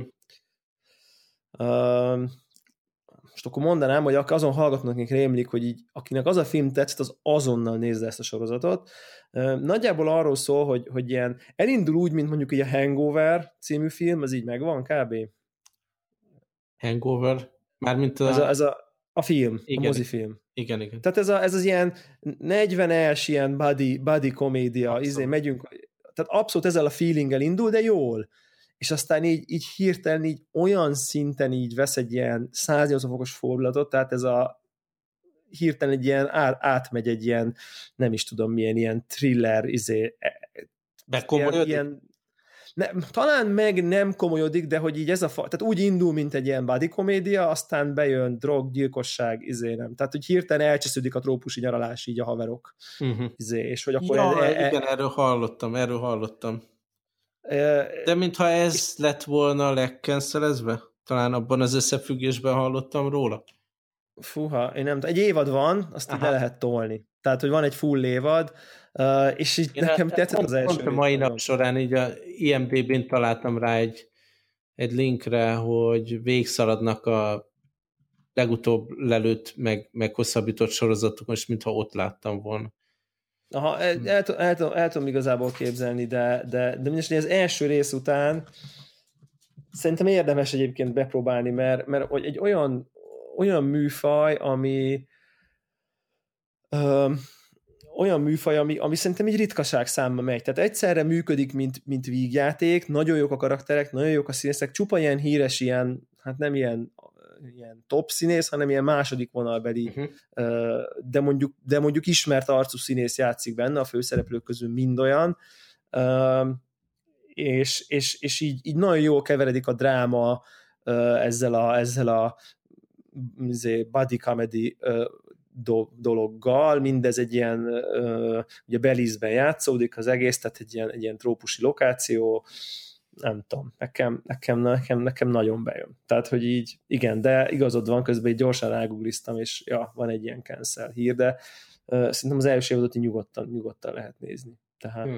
Most akkor mondanám, hogy azon hallgatónak, akik rémlik, hogy így, akinek az a film tetszett, az azonnal nézze ezt a sorozatot. Nagyjából arról szól, hogy ilyen elindul úgy, mint mondjuk így a Hangover című film, ez így megvan kb. Hangover? Mármint ez a film, igen, a mozifilm. Igen. Tehát ez az ilyen 40-es ilyen buddy komédia, megyünk, tehát abszolút ezzel a feelinggel indul, de jól. És aztán így hirtelen így olyan szinten így vesz egy ilyen 180 fokos fordulatot, tehát ez a hirtelen egy ilyen átmegy egy ilyen, nem is tudom milyen, ilyen thriller, talán meg nem komolyodik, de hogy így ez tehát úgy indul, mint egy ilyen body komédia, aztán bejön drog, gyilkosság, nem. Tehát, hogy hirtelen elcsesződik a trópusi nyaralás így a haverok. És hogy akkor igen, erről hallottam. De mintha ez lett volna legcancelezve? Talán abban az összefüggésben hallottam róla? Fúha, én nem tudom. Egy évad van, azt így le lehet tolni. Tehát, hogy van egy full évad, és így nekem tetszett az első. Pont a mai nap során így a IMDb-n találtam rá egy linkre, hogy végigszaladnak a legutóbb lelőtt, meg hosszabbított sorozatokon, és mintha ott láttam volna. Aha, el tudom igazából képzelni, de mindesetre az első rész után szerintem érdemes egyébként bepróbálni, mert egy olyan műfaj, ami ami szerintem egy ritkaság számba megy. Tehát egyszerre működik, mint vígjáték, nagyon jók a karakterek, nagyon jók a színészek, csupa ilyen híres, hát nem ilyen top színész, hanem ilyen második vonalbeli, de mondjuk ismert arcú színész játszik benne, a főszereplők közül mind olyan, és így nagyon jól keveredik a dráma ezzel a body comedy dologgal, mindez egy ilyen ugye Belize-ben játszódik az egész, tehát egy ilyen trópusi lokáció, nem tudom, nekem nagyon bejön. Tehát, hogy így, igen, de igazad van, közben így gyorsan rágoogliztam, és van egy ilyen cancel hír, de szerintem az első évadot így nyugodtan lehet nézni. Tehát,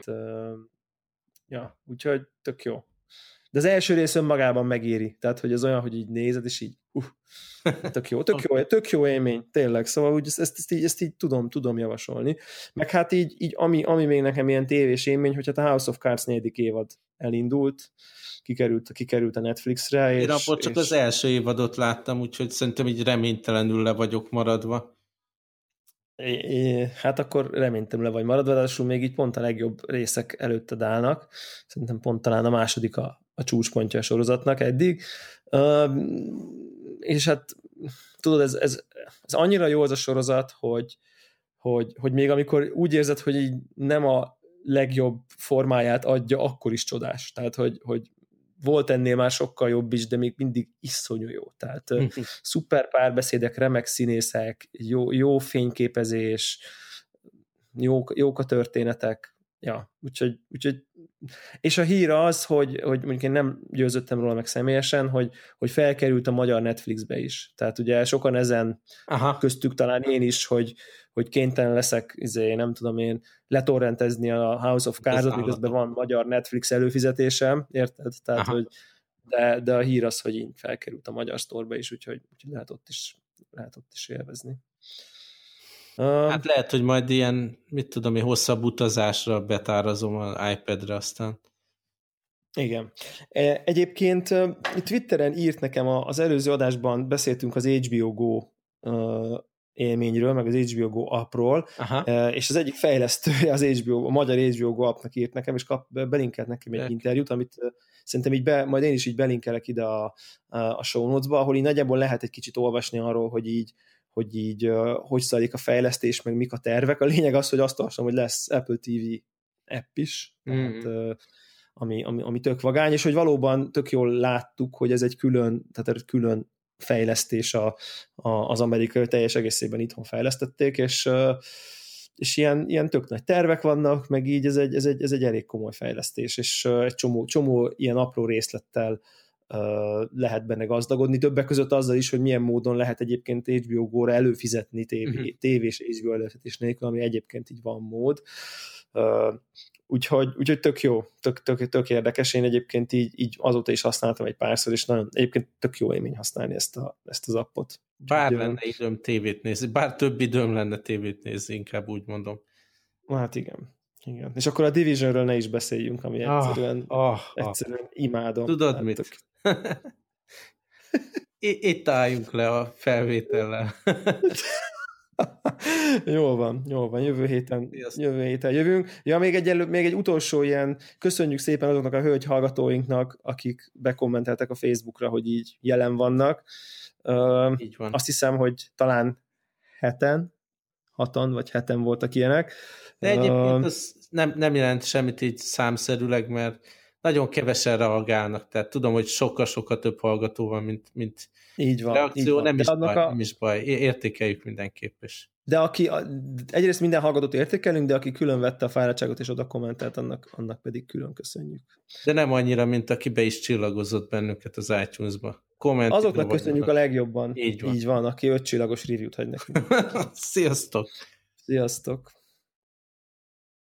úgyhogy tök jó. De az első rész önmagában megéri. Tehát, hogy az olyan, hogy így nézed, és így Tök jó élmény, tényleg, szóval úgy ezt így tudom javasolni. Meg hát így ami még nekem ilyen tévés élmény, hogy hát a House of Cards 4. évad elindult, kikerült a Netflixre. Én abból csak az első évadot láttam, úgyhogy szerintem így reménytelenül le vagyok maradva. Hát akkor reménytelenül le vagy maradva, de még így pont a legjobb részek előtted állnak. Szerintem pont talán a második a csúcspontja a sorozatnak eddig. És hát tudod, ez annyira jó az a sorozat, hogy még amikor úgy érzed, hogy így nem a legjobb formáját adja, akkor is csodás. Tehát, hogy volt ennél már sokkal jobb is, de még mindig iszonyú jó. Tehát szuper párbeszédek, remek színészek, jó fényképezés, jók a történetek. Ja, úgyhogy és a hír az, hogy mondjuk én nem győződtem róla meg személyesen, hogy felkerült a magyar Netflixbe is. Tehát ugye sokan ezen köztük talán én is, hogy kénytelen leszek, nem tudom én, letorrentezni a House of Cards-ot, miközben van magyar Netflix előfizetésem, érted? Tehát, hogy de a hír az, hogy így felkerült a magyar sztorba is, úgyhogy lehet ott is élvezni. Hát lehet, hogy majd ilyen, mit tudom én, hosszabb utazásra betárazom az iPad-re aztán. Igen. Egyébként Twitteren írt nekem az előző adásban, beszéltünk az HBO Go élményről, meg az HBO Go appról, és az egyik fejlesztője a magyar HBO Go appnak írt nekem, és belinkelt nekem egy interjút, amit szerintem így majd én is így belinkelek ide a show notes-ba, ahol így nagyjából lehet egy kicsit olvasni arról, hogy zajlik a fejlesztés, meg mik a tervek. A lényeg az, hogy azt olvasom, hogy lesz Apple TV app is, tehát, ami tök vagány, és hogy valóban tök jól láttuk, hogy ez egy külön fejlesztés az amerikai, teljes egészében itthon fejlesztették, és ilyen tök nagy tervek vannak, meg így ez egy elég komoly fejlesztés, és egy csomó ilyen apró részlettel lehet benne gazdagodni, többek között azzal is, hogy milyen módon lehet egyébként HBO Go-ra előfizetni tévés HBO előfizetés nélkül, ami egyébként így van mód. Úgyhogy tök jó, tök érdekes. Én egyébként így azóta is használtam egy párszor, és nagyon egyébként tök jó élmény használni ezt az appot. Bár lenne időm tévét nézni, bár több időm lenne tévét nézni, inkább úgy mondom. Hát igen. És akkor a Divisionről ne is beszéljünk, ami egyszerűen imádom. Tudod mit? Itt álljunk le a felvétellel. Jól van, jövő héten jövünk. Ja, még egy utolsó ilyen, köszönjük szépen azoknak a hölgy hallgatóinknak, akik bekommenteltek a Facebookra, hogy így jelen vannak. Így van. Azt hiszem, hogy talán 6 vagy 7 voltak ilyenek. De egyébként az nem jelent semmit így számszerűleg, mert nagyon kevesen reagálnak, tehát tudom, hogy sokkal-sokkal több hallgató van, mint így van, reakció, így van. Nem is baj, értékeljük mindenképp is. De egyrészt minden hallgatót értékelünk, de aki külön vette a fáradtságot és oda kommentelt, annak pedig külön köszönjük. De nem annyira, mint aki be is csillagozott bennünket az iTunes-ba. Azoknak köszönjük a legjobban. Így van, aki 5 csillagos review-t hagy nekünk. Sziasztok! Sziasztok!